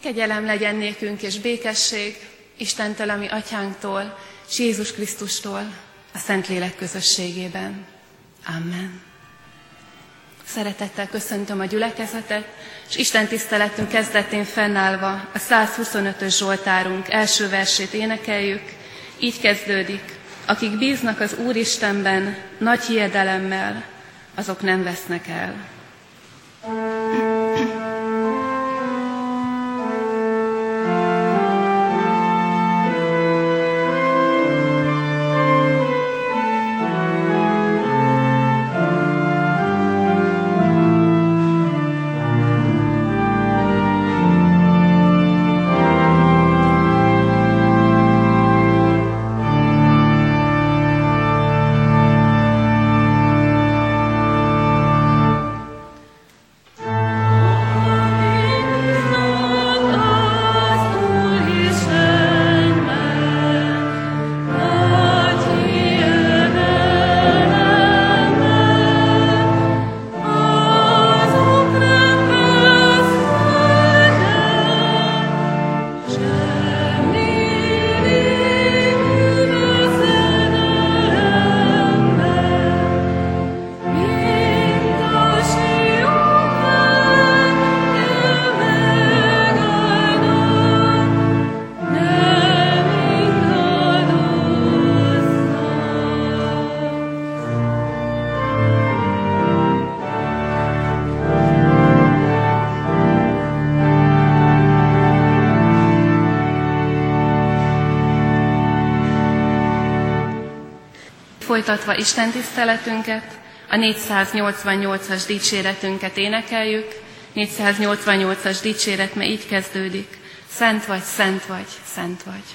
Kegyelem legyen nékünk és békesség Istentől, a mi atyánktól, és Jézus Krisztustól, a Szentlélek közösségében. Amen. Szeretettel köszöntöm a gyülekezetet, és Isten tiszteletünk kezdetén fennállva a 125-ös Zsoltárunk első versét énekeljük. Így kezdődik: akik bíznak az Úristenben nagy hiedelemmel, azok nem vesznek el. Folytatva Isten tiszteletünket, a 488-as dicséretünket énekeljük. 488-as dicséret, mert így kezdődik: Szent vagy, szent vagy, szent vagy.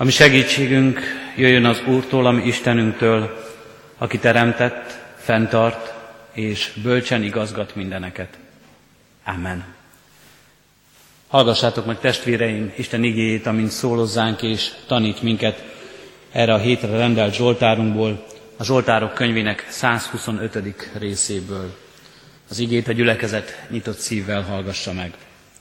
Ami segítségünk jöjjön az Úrtól, ami Istenünktől, aki teremtett, fenntart és bölcsen igazgat mindeneket. Amen. Hallgassátok meg, testvéreim, Isten igéjét, amint szól hozzánk és tanít minket erre a hétre rendelt Zsoltárunkból, a Zsoltárok könyvének 125. részéből. Az igét a gyülekezet nyitott szívvel hallgassa meg.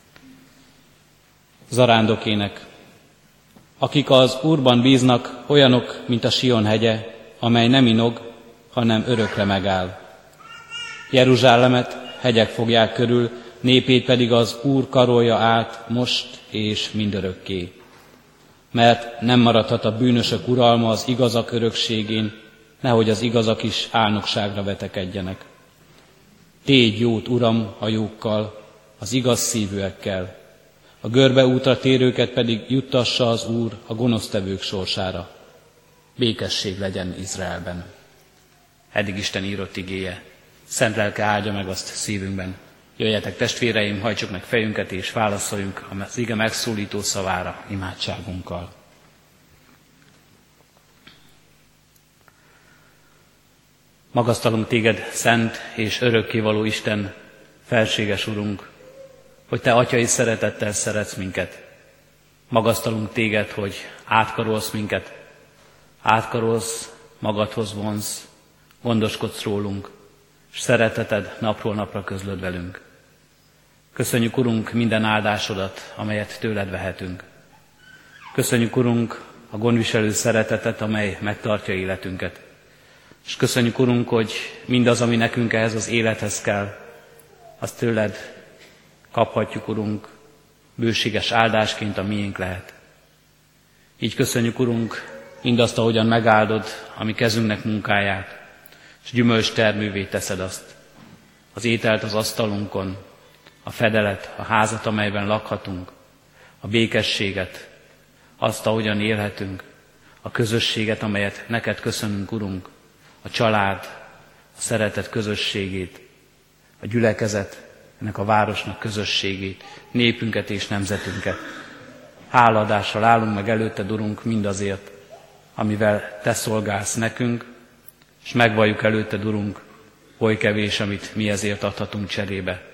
Zarándokének. Akik az Úrban bíznak, olyanok, mint a Sion hegye, amely nem inog, hanem örökre megáll. Jeruzsálemet hegyek fogják körül, népét pedig az Úr karolja át most és mindörökké. Mert nem maradhat a bűnösök uralma az igazak örökségén, nehogy az igazak is álnokságra vetekedjenek. Tégy jót, Uram, a jókkal, az igaz szívűekkel, a görbe útra térőket pedig juttassa az Úr a gonosztevők sorsára. Békesség legyen Izraelben. Eddig Isten írott igéje. Szent lelke áldja meg azt szívünkben. Jöjjetek, testvéreim, hajtsuk meg fejünket és válaszoljunk az ige megszólító szavára imádságunkkal. Magasztalunk téged, szent és örökkévaló Isten, felséges Urunk, hogy te atyai szeretettel szeretsz minket. Magasztalunk téged, hogy átkarolsz minket, átkarolsz, magadhoz vonz, gondoskodsz rólunk, és szereteted napról napra közlöd velünk. Köszönjük, Urunk, minden áldásodat, amelyet tőled vehetünk. Köszönjük, Urunk, a gondviselő szeretetet, amely megtartja életünket. És köszönjük, Urunk, hogy mindaz, ami nekünk ehhez az élethez kell, azt tőled kaphatjuk, Urunk, bőséges áldásként a miénk lehet. Így köszönjük, Urunk, mindazt, ahogyan megáldod a mi kezünknek munkáját, és gyümölcs termővé teszed azt. Az ételt az asztalunkon, a fedelet, a házat, amelyben lakhatunk, a békességet, azt, ahogyan élhetünk, a közösséget, amelyet neked köszönünk, Urunk, a család, a szeretet közösségét, a gyülekezet, ennek a városnak közösségét, népünket és nemzetünket. Háladással állunk meg előtted, Urunk, mindazért, amivel te szolgálsz nekünk, és megvalljuk előtted, Urunk, oly kevés, amit mi ezért adhatunk cserébe.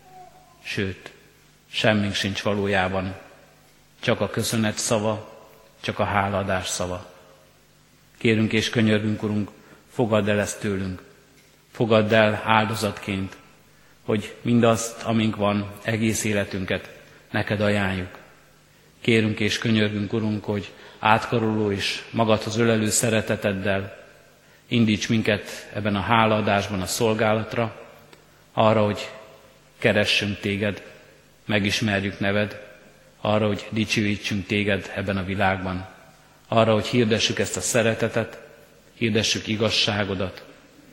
Sőt, semmink sincs valójában, csak a köszönet szava, csak a háladás szava. Kérünk és könyörgünk, Urunk, fogadd el ezt tőlünk, fogadd el áldozatként, hogy mindazt, amink van, egész életünket neked ajánljuk. Kérünk és könyörgünk, Urunk, hogy átkaroló és magadhoz ölelő szereteteddel indíts minket ebben a hálaadásban a szolgálatra, arra, hogy keressünk téged, megismerjük neved, arra, hogy dicsőítsünk téged ebben a világban, arra, hogy hirdessük ezt a szeretetet, hirdessük igazságodat,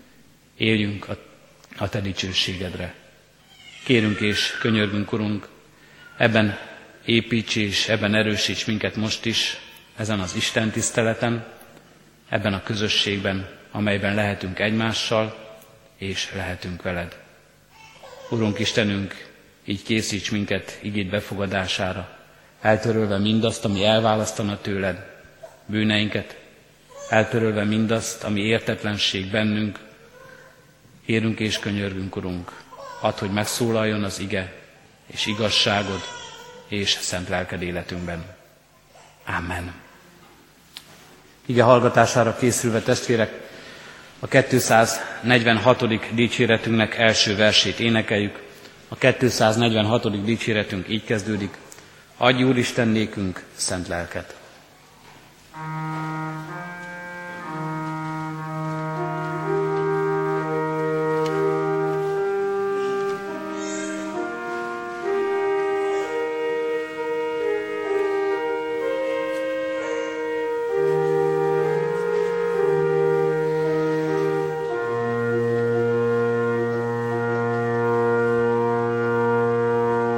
éljünk a te dicsőségedre. Kérünk és könyörgünk, Urunk, ebben építs és ebben erősíts minket most is, ezen az Isten tiszteleten, ebben a közösségben, amelyben lehetünk egymással, és lehetünk veled. Urunk Istenünk, így készíts minket igéd befogadására, eltörölve mindazt, ami elválasztana tőled, bűneinket, eltörölve mindazt, ami értetlenség bennünk. Kérünk és könyörgünk, Urunk, add, hogy megszólaljon az ige, és igazságod, és szent lelked életünkben. Amen. Ige hallgatására készülve, testvérek, a 246. dicséretünknek első versét énekeljük. A 246. dicséretünk így kezdődik: Adj, Úristen, nékünk szent lelket!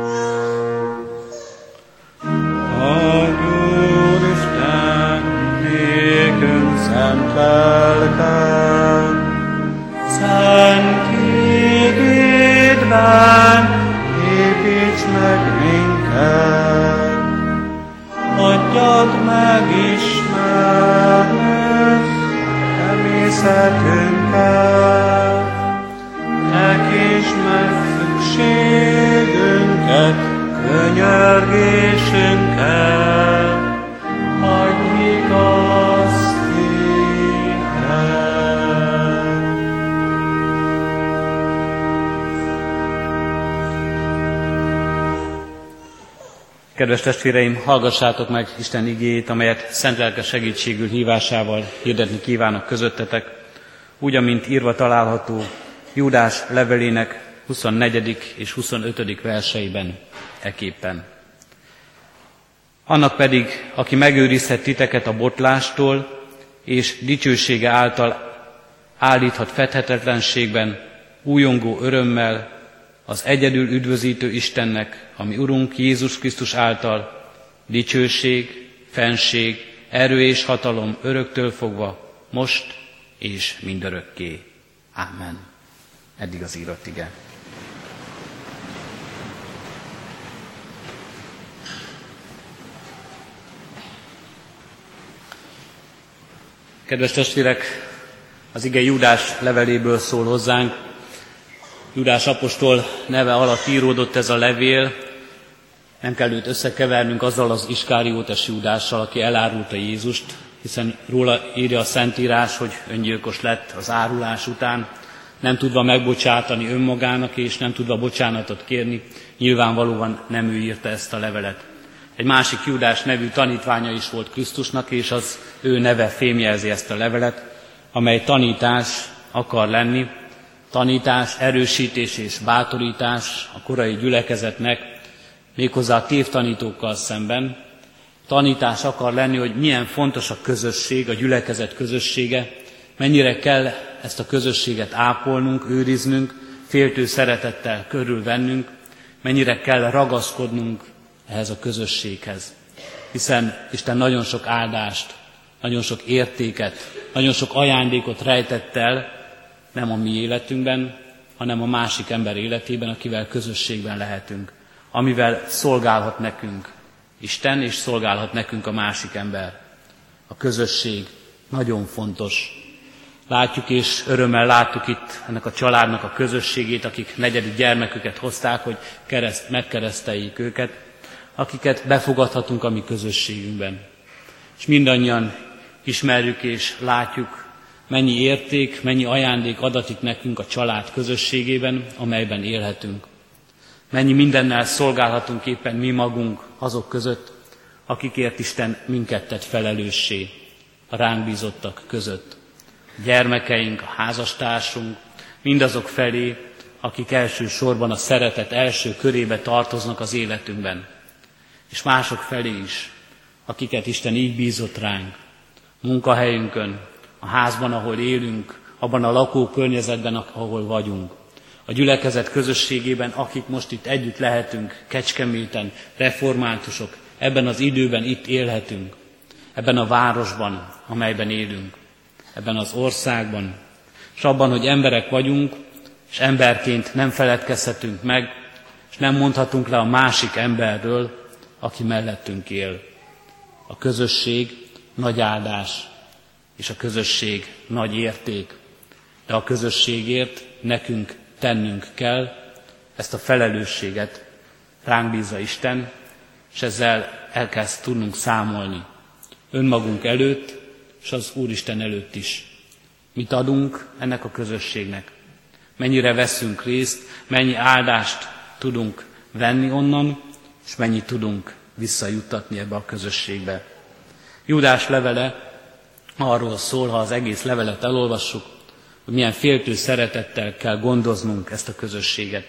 Adj, Úristen, megismerned természetünket, tekíts meg szükségünket, könyörgésünket, hagyd igaz téged. Kedves testvéreim, hallgassátok meg Isten igéjét, amelyet szent lelke segítségül hívásával hirdetni kívánok közöttetek, úgy, amint írva található Júdás levelének 24. és 25. verseiben eképpen. Annak pedig, aki megőrizhet titeket a botlástól, és dicsősége által állíthat fedhetetlenségben, újongó örömmel, az egyedül üdvözítő Istennek, ami Urunk Jézus Krisztus által dicsőség, fennség, erő és hatalom öröktől fogva, most és mindörökké. Amen. Eddig az írott ige. Kedves testvérek, az ige Júdás leveléből szól hozzánk. Júdás apostol neve alatt íródott ez a levél, nem kell őt összekevernünk azzal az Iskáriótes Júdással, aki elárulta Jézust, hiszen róla írja a Szentírás, hogy öngyilkos lett az árulás után, nem tudva megbocsátani önmagának és nem tudva bocsánatot kérni, nyilvánvalóan nem ő írta ezt a levelet. Egy másik Júdás nevű tanítványa is volt Krisztusnak, és az ő neve fémjelzi ezt a levelet, amely tanítás akar lenni, tanítás, erősítés és bátorítás a korai gyülekezetnek, méghozzá a tévtanítókkal szemben. Tanítás akar lenni, hogy milyen fontos a közösség, a gyülekezet közössége, mennyire kell ezt a közösséget ápolnunk, őriznünk, féltő szeretettel körülvennünk, mennyire kell ragaszkodnunk ehhez a közösséghez. Hiszen Isten nagyon sok áldást, nagyon sok értéket, nagyon sok ajándékot rejtett el, nem a mi életünkben, hanem a másik ember életében, akivel közösségben lehetünk, amivel szolgálhat nekünk Isten, és szolgálhat nekünk a másik ember. A közösség nagyon fontos. Látjuk és örömmel láttuk itt ennek a családnak a közösségét, akik 4. gyermeküket hozták, hogy megkereszteljék őket, akiket befogadhatunk a mi közösségünkben. És mindannyian ismerjük és látjuk, mennyi érték, mennyi ajándék adatik nekünk a család közösségében, amelyben élhetünk. Mennyi mindennel szolgálhatunk éppen mi magunk azok között, akikért Isten minket tett felelőssé, a ránk bízottak között. A gyermekeink, a házastársunk, mindazok felé, akik elsősorban a szeretet első körébe tartoznak az életünkben. És mások felé is, akiket Isten így bízott ránk, munkahelyünkön, a házban, ahol élünk, abban a lakókörnyezetben, ahol vagyunk. A gyülekezet közösségében, akik most itt együtt lehetünk, Kecskeméten, reformátusok, ebben az időben itt élhetünk, ebben a városban, amelyben élünk, ebben az országban, és abban, hogy emberek vagyunk, és emberként nem feledkezhetünk meg, és nem mondhatunk le a másik emberről, aki mellettünk él. A közösség nagy áldás, és a közösség nagy érték, de a közösségért nekünk tennünk kell, ezt a felelősséget ránk bízza Isten, és ezzel el kell tudnunk számolni önmagunk előtt, és az Úristen előtt is. Mit adunk ennek a közösségnek? Mennyire veszünk részt, mennyi áldást tudunk venni onnan, és mennyit tudunk visszajuttatni ebbe a közösségbe. Júdás levele arról szól, ha az egész levelet elolvassuk, hogy milyen féltő szeretettel kell gondoznunk ezt a közösséget.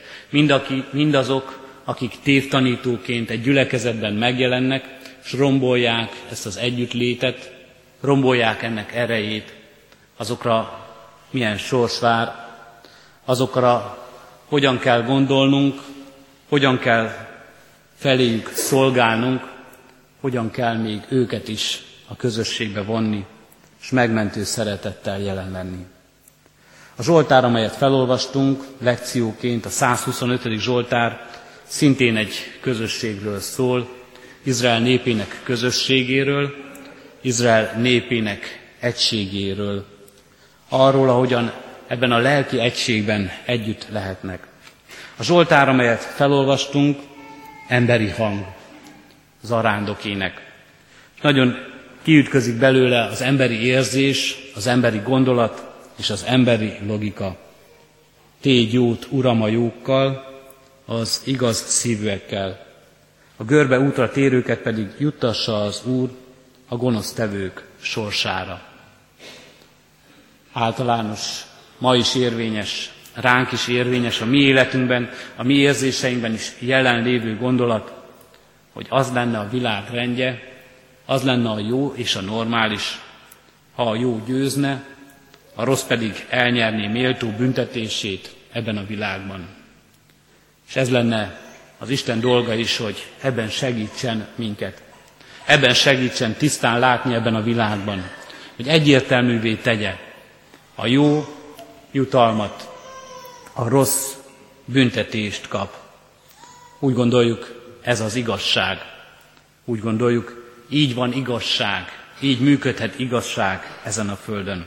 Mindazok, akik tévtanítóként egy gyülekezetben megjelennek, és rombolják ezt az együttlétet, rombolják ennek erejét, azokra milyen sors vár, azokra hogyan kell gondolnunk, hogyan kell feléjük szolgálnunk, hogyan kell még őket is a közösségbe vonni, és megmentő szeretettel jelen lenni. A Zsoltár, amelyet felolvastunk lekcióként, a 125. Zsoltár szintén egy közösségről szól, Izrael népének közösségéről, Izrael népének egységéről, arról, ahogyan ebben a lelki egységben együtt lehetnek. A Zsoltár, amelyet felolvastunk, emberi hang, zarándokének. Nagyon kiütközik belőle az emberi érzés, az emberi gondolat és az emberi logika. Tégy jót, Uram, a jókkal, az igaz szívűekkel. A görbe útra térőket pedig juttassa az Úr a gonosztevők sorsára. Általános, ma is érvényes, ránk is érvényes, a mi életünkben, a mi érzéseinkben is jelenlévő gondolat, hogy az lenne a világ rendje, az lenne a jó és a normális, ha a jó győzne, a rossz pedig elnyerné méltó büntetését ebben a világban. És ez lenne az Isten dolga is, hogy ebben segítsen minket. Ebben segítsen tisztán látni ebben a világban, hogy egyértelművé tegye a jó jutalmat, a rossz büntetést kap. Úgy gondoljuk, ez az igazság. Úgy gondoljuk, így van igazság, így működhet igazság ezen a földön.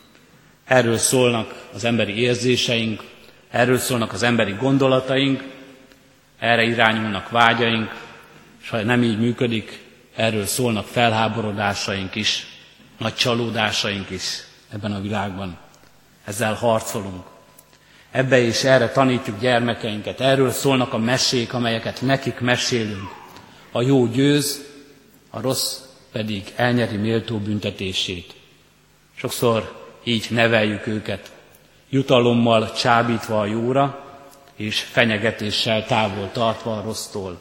Erről szólnak az emberi érzéseink, erről szólnak az emberi gondolataink, erre irányulnak vágyaink, és ha nem így működik, erről szólnak felháborodásaink is, nagy csalódásaink is ebben a világban. Ezzel harcolunk. Ebbe és erre tanítjuk gyermekeinket. Erről szólnak a mesék, amelyeket nekik mesélünk. A jó győz, a rossz pedig elnyeri méltó büntetését. Sokszor így neveljük őket, jutalommal csábítva a jóra, és fenyegetéssel távol tartva a rossztól.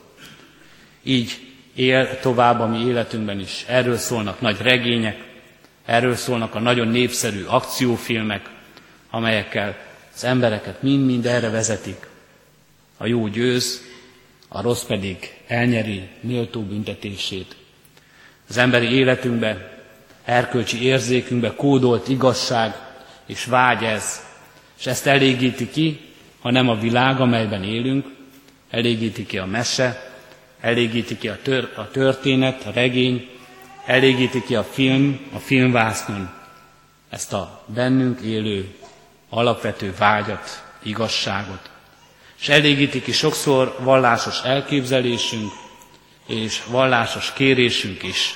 Így él tovább a mi életünkben is. Erről szólnak nagy regények, erről szólnak a nagyon népszerű akciófilmek, amelyekkel az embereket mind-mind erre vezetik. A jó győz, a rossz pedig elnyeri méltó büntetését. Az emberi életünkbe, erkölcsi érzékünkbe kódolt igazság és vágy ez, és ezt elégíti ki, ha nem a világ, amelyben élünk, elégíti ki a mese, elégíti ki a történet, a regény, elégíti ki a film, a filmvásznon, ezt a bennünk élő alapvető vágyat, igazságot. És elégíti ki sokszor vallásos elképzelésünk és vallásos kérésünk is.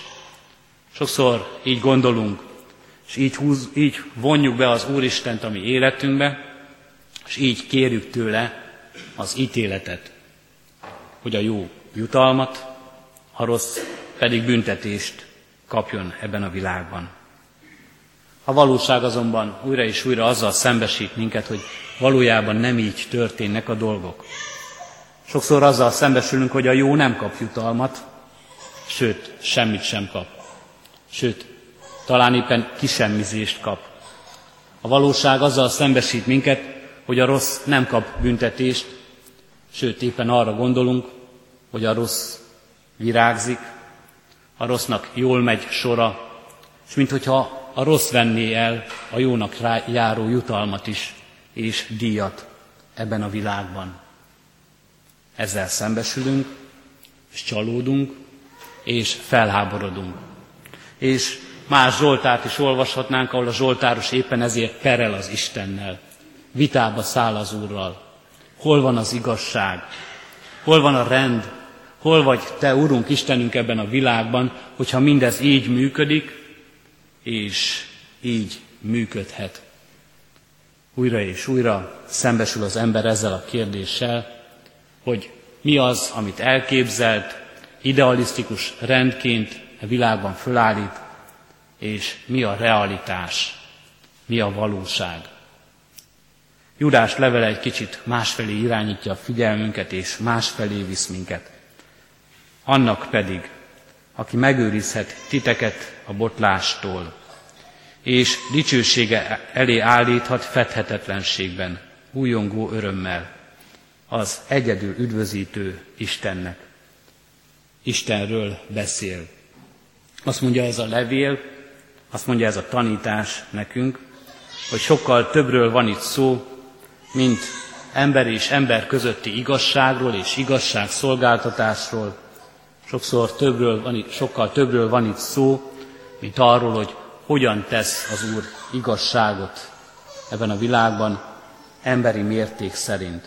Sokszor így gondolunk, és így vonjuk be az Úristent a mi életünkbe, és így kérjük tőle az ítéletet, hogy a jó jutalmat, a rossz pedig büntetést kapjon ebben a világban. A valóság azonban újra és újra azzal szembesít minket, hogy valójában nem így történnek a dolgok. Sokszor azzal szembesülünk, hogy a jó nem kap jutalmat, sőt, semmit sem kap. Sőt, talán éppen kisemmizést kap. A valóság azzal szembesít minket, hogy a rossz nem kap büntetést, sőt, éppen arra gondolunk, hogy a rossz virágzik, a rossznak jól megy sora, és minthogyha a rossz venné el a jónak járó jutalmat is, és díjat ebben a világban. Ezzel szembesülünk, és csalódunk, és felháborodunk. És más Zsoltárt is olvashatnánk, ahol a zsoltáros éppen ezért perel az Istennel. Vitába száll az Úrral. Hol van az igazság? Hol van a rend? Hol vagy Te, Urunk, Istenünk ebben a világban, hogyha mindez így működik, és így működhet? Újra és újra szembesül az ember ezzel a kérdéssel, hogy mi az, amit elképzelt, idealisztikus rendként a világban fölállít, és mi a realitás, mi a valóság. Judás levele egy kicsit másfelé irányítja a figyelmünket, és másfelé visz minket. Annak pedig, aki megőrizhet titeket a botlástól, és dicsősége elé állíthat fedhetetlenségben, újongó örömmel, az egyedül üdvözítő Istennek. Istenről beszél. Azt mondja ez a levél, azt mondja ez a tanítás nekünk, hogy sokkal többről van itt szó, mint ember és ember közötti igazságról és igazságszolgáltatásról. Sokkal többről van itt szó, mint arról, hogy hogyan tesz az Úr igazságot ebben a világban emberi mérték szerint.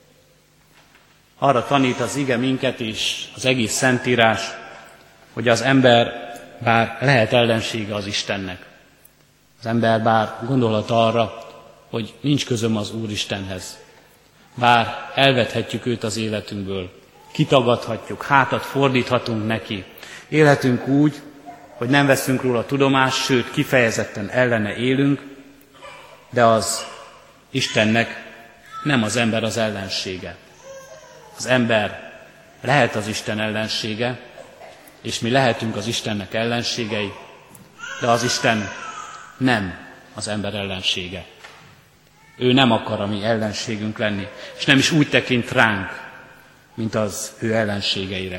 Arra tanít az ige minket és az egész Szentírás, hogy az ember bár lehet ellensége az Istennek, az ember bár gondolhat arra, hogy nincs közöm az Úristenhez, bár elvethetjük őt az életünkből, kitagadhatjuk, hátat fordíthatunk neki, élhetünk úgy, hogy nem veszünk róla tudomást, sőt kifejezetten ellene élünk, de az Istennek nem az ember az ellensége. Az ember lehet az Isten ellensége, és mi lehetünk az Istennek ellenségei, de az Isten nem az ember ellensége. Ő nem akar a mi ellenségünk lenni, és nem is úgy tekint ránk, mint az ő ellenségeire.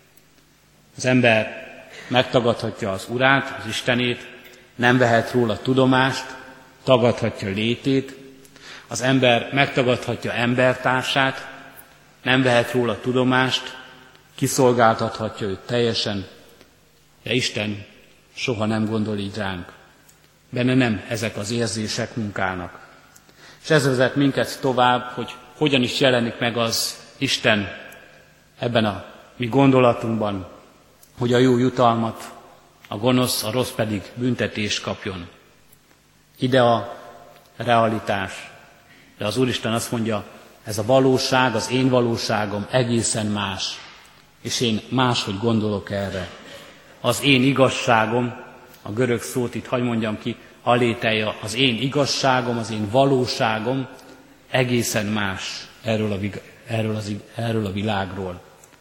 Az ember megtagadhatja az Urát, az Istenét, nem vehet róla tudomást, tagadhatja létét, az ember megtagadhatja embertársát, nem vehet róla tudomást, kiszolgáltathatja őt teljesen, de Isten soha nem gondol így ránk. Benne nem ezek az érzések munkálnak. És ez vezet minket tovább, hogy hogyan is jelenik meg az Isten ebben a mi gondolatunkban, hogy a jó jutalmat, a gonosz, a rossz pedig büntetést kapjon. Ide a realitás. De az Úristen azt mondja, ez a valóság, az én valóságom egészen más, és én máshogy gondolok erre. Az én igazságom, a görög szót itt hadd mondjam ki, aléteia, az én igazságom, az én valóságom egészen más erről a világról.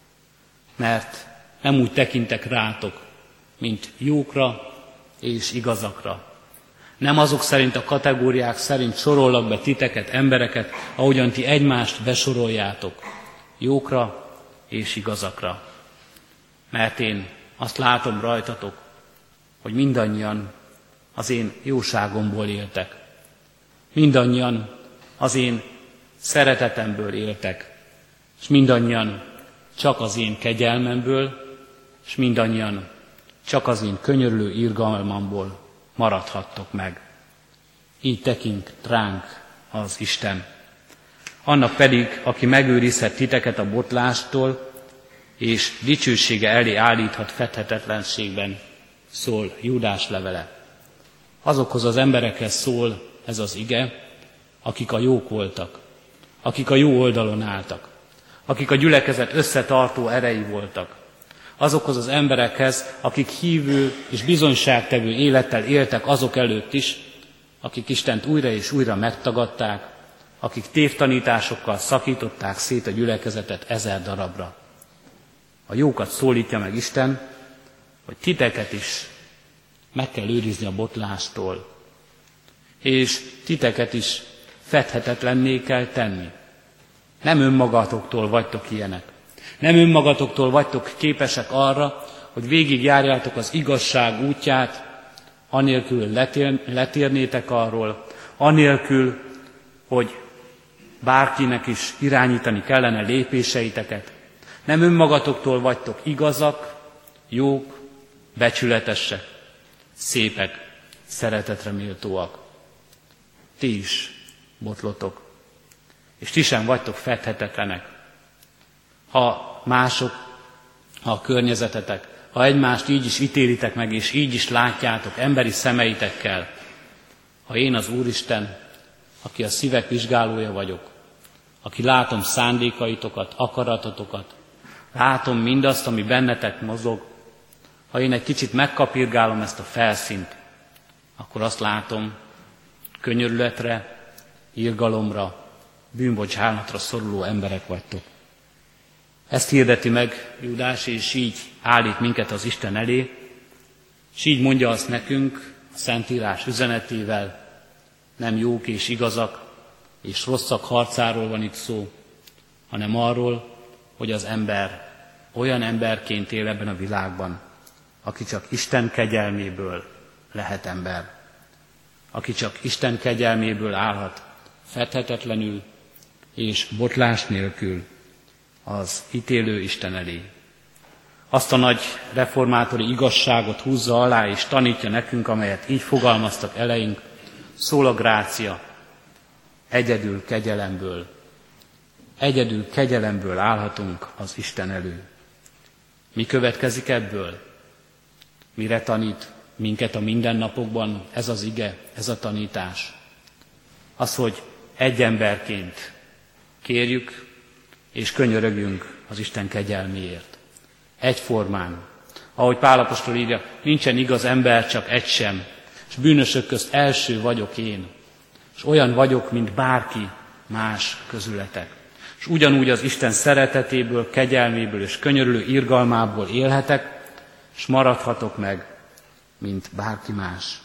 Mert nem úgy tekintek rátok, mint jókra és igazakra. Nem azok szerint, a kategóriák szerint sorollak be titeket, embereket, ahogyan ti egymást besoroljátok, jókra és igazakra. Mert én azt látom rajtatok, hogy mindannyian az én jóságomból éltek. Mindannyian az én szeretetemből éltek, és mindannyian csak az én kegyelmemből, és mindannyian csak az én könyörülő irgalmamból maradhattok meg. Így tekint ránk az Isten. Annak pedig, aki megőrizhet titeket a botlástól, és dicsősége elé állíthat fedhetetlenségben, szól Júdás levele. Azokhoz az emberekhez szól ez az ige, akik a jók voltak, akik a jó oldalon álltak, akik a gyülekezet összetartó erei voltak. Azokhoz az emberekhez, akik hívő és bizonyságtevő élettel éltek azok előtt is, akik Istent újra és újra megtagadták, akik tévtanításokkal szakították szét a gyülekezetet 1000 darabra. A jókat szólítja meg Isten, hogy titeket is meg kell őrizni a botlástól, és titeket is fedhetetlenné kell tenni. Nem önmagatoktól vagytok ilyenek. Nem önmagatoktól vagytok képesek arra, hogy végigjárjátok az igazság útját, anélkül letérnétek arról, anélkül, hogy bárkinek is irányítani kellene lépéseiteket. Nem önmagatoktól vagytok igazak, jók, becsületesek, szépek, szeretetre méltóak. Ti is botlotok, és ti sem vagytok fedhetetlenek. Ha mások, ha a környezetetek, ha egymást így is ítélitek meg, és így is látjátok emberi szemeitekkel, ha én az Úristen, aki a szívek vizsgálója vagyok, aki látom szándékaitokat, akaratotokat, látom mindazt, ami bennetek mozog, ha én egy kicsit megkapirgálom ezt a felszínt, akkor azt látom, könyörületre, irgalomra, bűnbocsánatra szoruló emberek vagytok. Ezt hirdeti meg Júdás, és így állít minket az Isten elé, és így mondja azt nekünk a Szentírás üzenetével, nem jók és igazak és rosszak harcáról van itt szó, hanem arról, hogy az ember olyan emberként él ebben a világban, aki csak Isten kegyelméből lehet ember. Aki csak Isten kegyelméből állhat fedhetetlenül és botlás nélkül az ítélő Isten elé. azt a nagy reformátori igazságot húzza alá és tanítja nekünk, amelyet így fogalmaztak eleink, szól a grácia, egyedül kegyelemből állhatunk az Isten elő. Mi következik ebből? Mire tanít minket a mindennapokban ez az ige, ez a tanítás? Az, hogy egy emberként kérjük és könyörögjünk az Isten kegyelméért. Egyformán. Ahogy Pál apostol írja, nincsen igaz ember, csak egy sem, és bűnösök közt első vagyok én, és olyan vagyok, mint bárki más közületek. És ugyanúgy az Isten szeretetéből, kegyelméből és könyörülő irgalmából élhetek, és maradhatok meg, mint bárki más.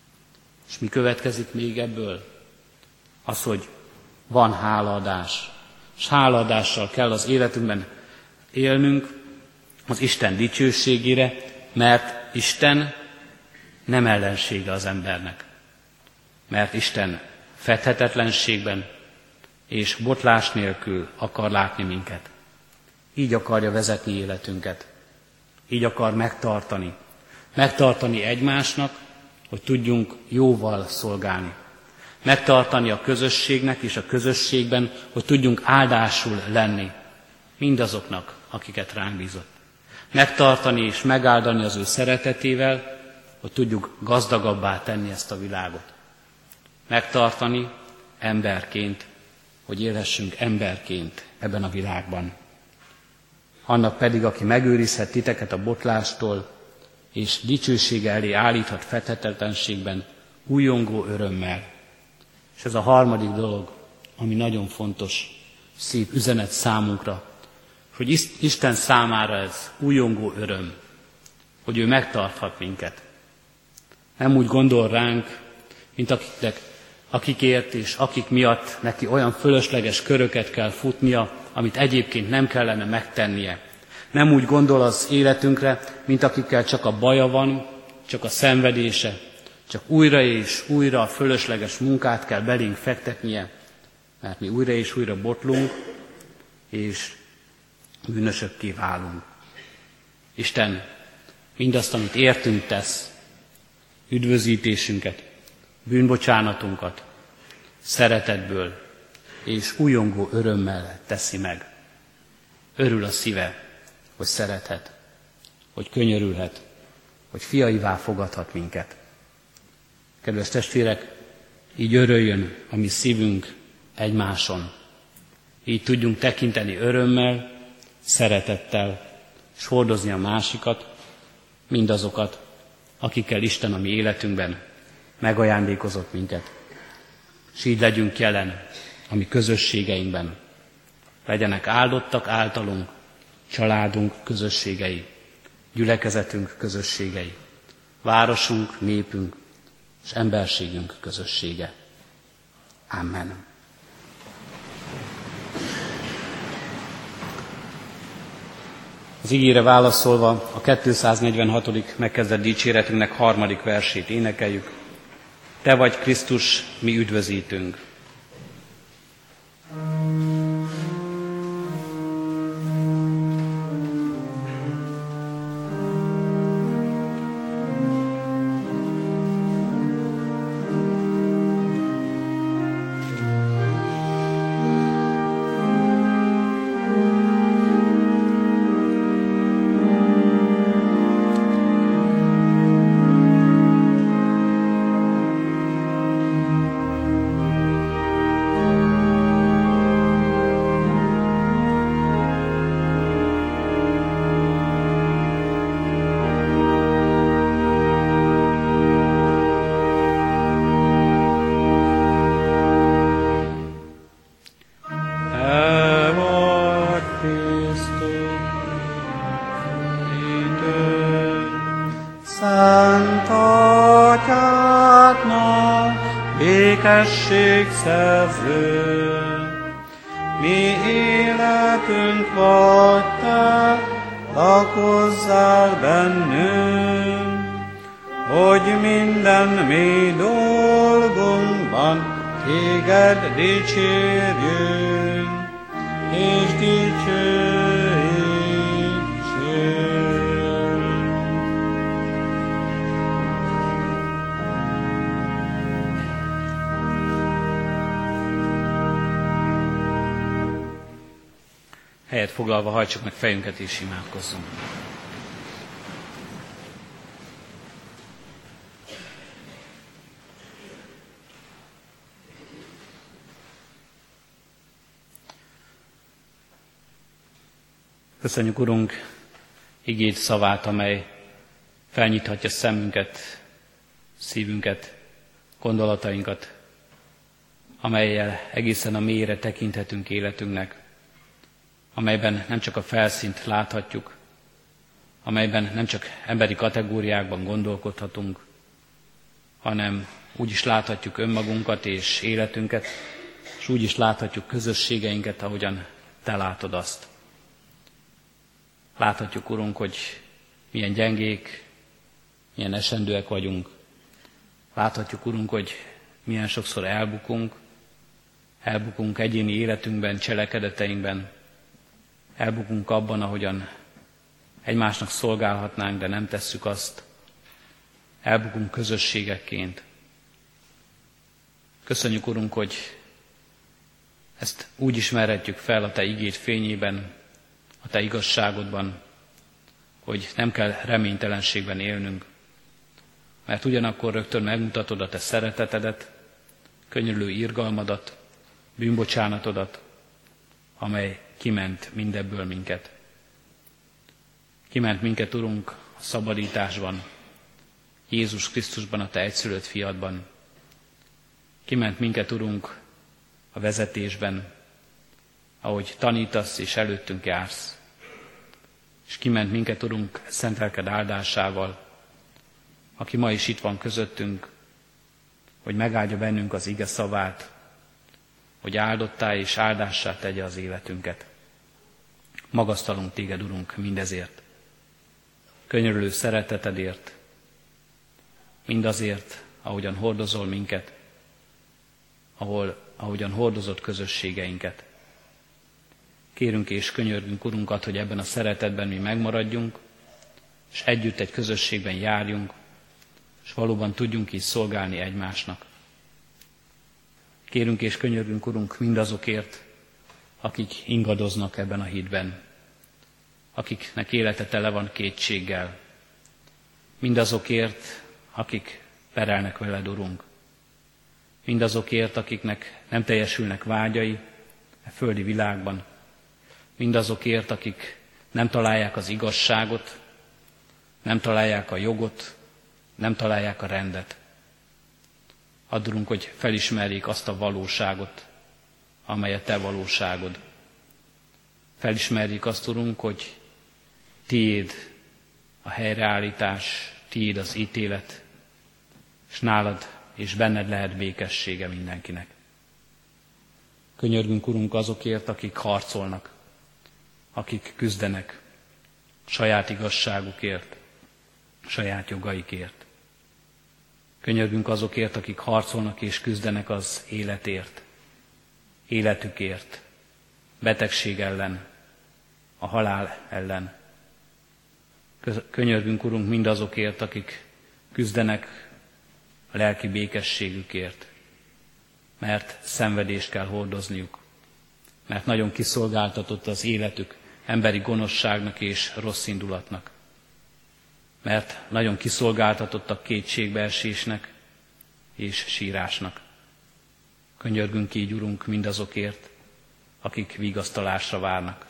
És mi következik még ebből? Az, hogy van hálaadás. És hálaadással kell az életünkben élnünk az Isten dicsőségére, mert Isten nem ellensége az embernek. Mert Isten fedhetetlenségben és botlás nélkül akar látni minket. Így akarja vezetni életünket. Így akar megtartani. Megtartani egymásnak, hogy tudjunk jóval szolgálni. Megtartani a közösségnek és a közösségben, hogy tudjunk áldásul lenni mindazoknak, akiket ránk bízott. Megtartani és megáldani az ő szeretetével, hogy tudjuk gazdagabbá tenni ezt a világot. Megtartani emberként, hogy élhessünk emberként ebben a világban. Annak pedig, aki megőrizhet titeket a botlástól, és dicsősége elé állíthat fedhetetlenségben, újongó örömmel. És ez a harmadik dolog, ami nagyon fontos, szív üzenet számunkra, hogy Isten számára ez újongó öröm, hogy ő megtarthat minket. Nem úgy gondol ránk, mint akikért és akik miatt neki olyan fölösleges köröket kell futnia, amit egyébként nem kellene megtennie. Nem úgy gondol az életünkre, mint akikkel csak a baja van, csak a szenvedése, csak újra és újra a fölösleges munkát kell belénk fektetnie, mert mi újra és újra botlunk, és bűnösökké válunk. Isten mindazt, amit értünk tesz, üdvözítésünket, bűnbocsánatunkat, szeretetből és újongó örömmel teszi meg. Örül a szíve, hogy szerethet, hogy könyörülhet, hogy fiaivá fogadhat minket. Kedves testvérek, így öröljön a mi szívünk egymáson. Így tudjunk tekinteni örömmel, szeretettel, és hordozni a másikat, mindazokat, akikkel Isten a mi életünkben megajándékozott minket. És így legyünk jelen a mi közösségeinkben. Legyenek áldottak általunk, családunk közösségei, gyülekezetünk közösségei, városunk, népünk és emberségünk közössége. Amen. Az igére válaszolva a 246. megkezdett dicséretünknek 3. versét énekeljük. Te vagy Krisztus, mi üdvözítünk. Békességszerző, mi életünk vagy te, lakozzál bennünk, hogy minden mi dolgunkban téged dicsérjünk, és dicsőítsünk. Helyet foglalva hajtsuk meg fejünket és imádkozzunk. Köszönjük, Urunk, igéd szavát, amely felnyithatja szemünket, szívünket, gondolatainkat, amellyel egészen a mélyre tekinthetünk életünknek, amelyben nem csak a felszínt láthatjuk, amelyben nem csak emberi kategóriákban gondolkodhatunk, hanem úgy is láthatjuk önmagunkat és életünket, és úgy is láthatjuk közösségeinket, ahogyan Te látod azt. Láthatjuk, Urunk, hogy milyen gyengék, milyen esendőek vagyunk. Láthatjuk, Urunk, hogy milyen sokszor elbukunk egyéni életünkben, cselekedeteinkben, elbukunk abban, ahogyan egymásnak szolgálhatnánk, de nem tesszük azt. Elbukunk közösségekként. Köszönjük, Urunk, hogy ezt úgy ismerhetjük fel a Te igéd fényében, a Te igazságodban, hogy nem kell reménytelenségben élnünk, mert ugyanakkor rögtön megmutatod a Te szeretetedet, könyörülő irgalmadat, bűnbocsánatodat, amely kiment mindebből minket. Kiment minket, Urunk, a szabadításban, Jézus Krisztusban, a Te egyszülött fiadban. Kiment minket, Urunk, a vezetésben, ahogy tanítasz és előttünk jársz. És kiment minket, Urunk, szent lelked áldásával, aki ma is itt van közöttünk, hogy megáldja bennünk az ige szavát, hogy áldottá és áldássá tegye az életünket. Magasztalunk Téged, Urunk, mindezért. Könyörülő szeretetedért, mindazért, ahogyan hordozol minket, ahogyan hordozott közösségeinket. Kérünk és könyörgünk, Urunkat, hogy ebben a szeretetben mi megmaradjunk, és együtt egy közösségben járjunk, és valóban tudjunk így szolgálni egymásnak. Kérünk és könyörgünk, Urunk, mindazokért, akik ingadoznak ebben a hitben, akiknek élete tele van kétséggel, mindazokért, akik perelnek veled, Urunk, mindazokért, akiknek nem teljesülnek vágyai a földi világban, mindazokért, akik nem találják az igazságot, nem találják a jogot, nem találják a rendet. Add, Urunk, hogy felismerjék azt a valóságot, amely a Te valóságod. Felismerjék azt, Urunk, hogy Tiéd a helyreállítás, Tiéd az ítélet, és nálad és benned lehet békessége mindenkinek. Könyörgünk, Urunk, azokért, akik harcolnak, akik küzdenek saját igazságukért, saját jogaikért. Könyörgünk azokért, akik harcolnak és küzdenek az életért, életükért, betegség ellen, a halál ellen. Könyörgünk, Urunk, mindazokért, akik küzdenek a lelki békességükért, mert szenvedést kell hordozniuk, mert nagyon kiszolgáltatott az életük emberi gonoszságnak és rossz indulatnak, mert nagyon kiszolgáltatottak kétségbeesésnek és sírásnak. Könyörgünk így, Urunk, mindazokért, akik vigasztalásra várnak.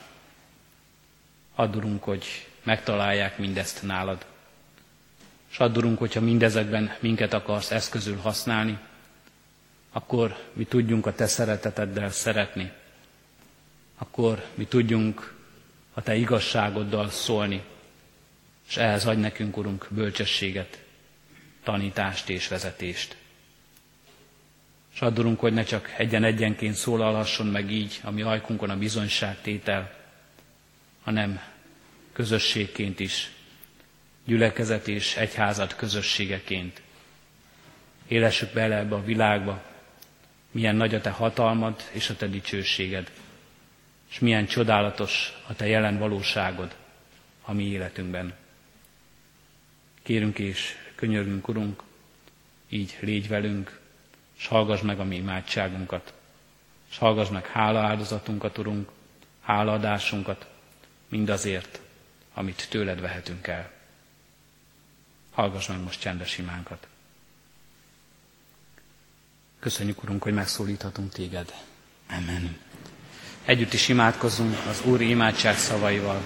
Add, Urunk, hogy megtalálják mindezt nálad, és add, Urunk, hogyha mindezekben minket akarsz eszközül használni, akkor mi tudjunk a Te szereteteddel szeretni, akkor mi tudjunk a Te igazságoddal szólni, és ehhez adj nekünk, Urunk, bölcsességet, tanítást és vezetést. És add, Urunk, hogy ne csak egyen-egyenként szólalhasson meg így a mi ajkunkon a bizonyságtétel, hanem közösségként is, gyülekezet és egyházad közösségeként. Élessük bele ebbe a világba, milyen nagy a Te hatalmad és a Te dicsőséged, és milyen csodálatos a Te jelen valóságod a mi életünkben. Kérünk és könyörgünk, Urunk, így légy velünk, és hallgass meg a mi imádságunkat, és hallgass meg hálaáldozatunkat, Urunk, hálaadásunkat mindazért, amit tőled vehetünk el. Hallgass meg most csendes imánkat. Köszönjük, Urunk, hogy megszólíthatunk téged. Amen. Együtt is imádkozzunk az Úr imádság szavaival.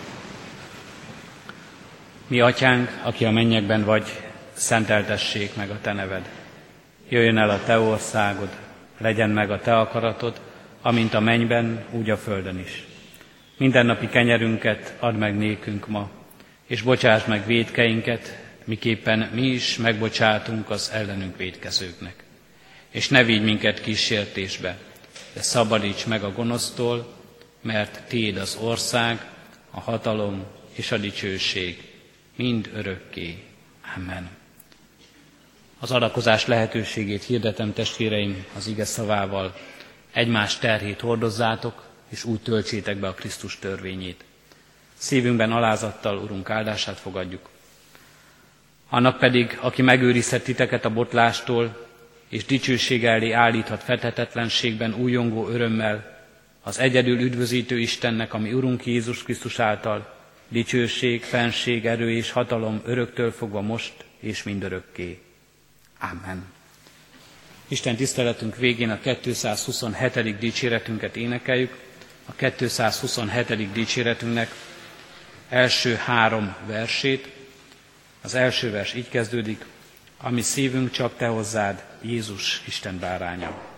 Mi atyánk, aki a mennyekben vagy, szenteltessék meg a te neved. Jöjjön el a te országod, legyen meg a te akaratod, amint a mennyben, úgy a földön is. Mindennapi kenyerünket add meg nékünk ma, és bocsásd meg vétkeinket, miképpen mi is megbocsátunk az ellenünk vétkezőknek. És ne vigy minket kísértésbe, de szabadíts meg a gonosztól, mert tiéd az ország, a hatalom és a dicsőség mind örökké. Amen. Az adakozás lehetőségét hirdetem, testvéreim, az ige szavával. Egymás terhét hordozzátok, és úgy töltsétek be a Krisztus törvényét. Szívünkben alázattal Urunk áldását fogadjuk. Annak pedig, aki megőrizhet titeket a botlástól, és dicsőség elé állíthat fethetetlenségben újongó örömmel, az egyedül üdvözítő Istennek, ami Urunk Jézus Krisztus által, dicsőség, fenség, erő és hatalom öröktől fogva most és mindörökké. Amen. Isten tiszteletünk végén a 227. dicséretünket énekeljük. A 227. dicséretünknek első 3 versét. Az első vers így kezdődik: ami szívünk csak te hozzád, Jézus Isten báránya.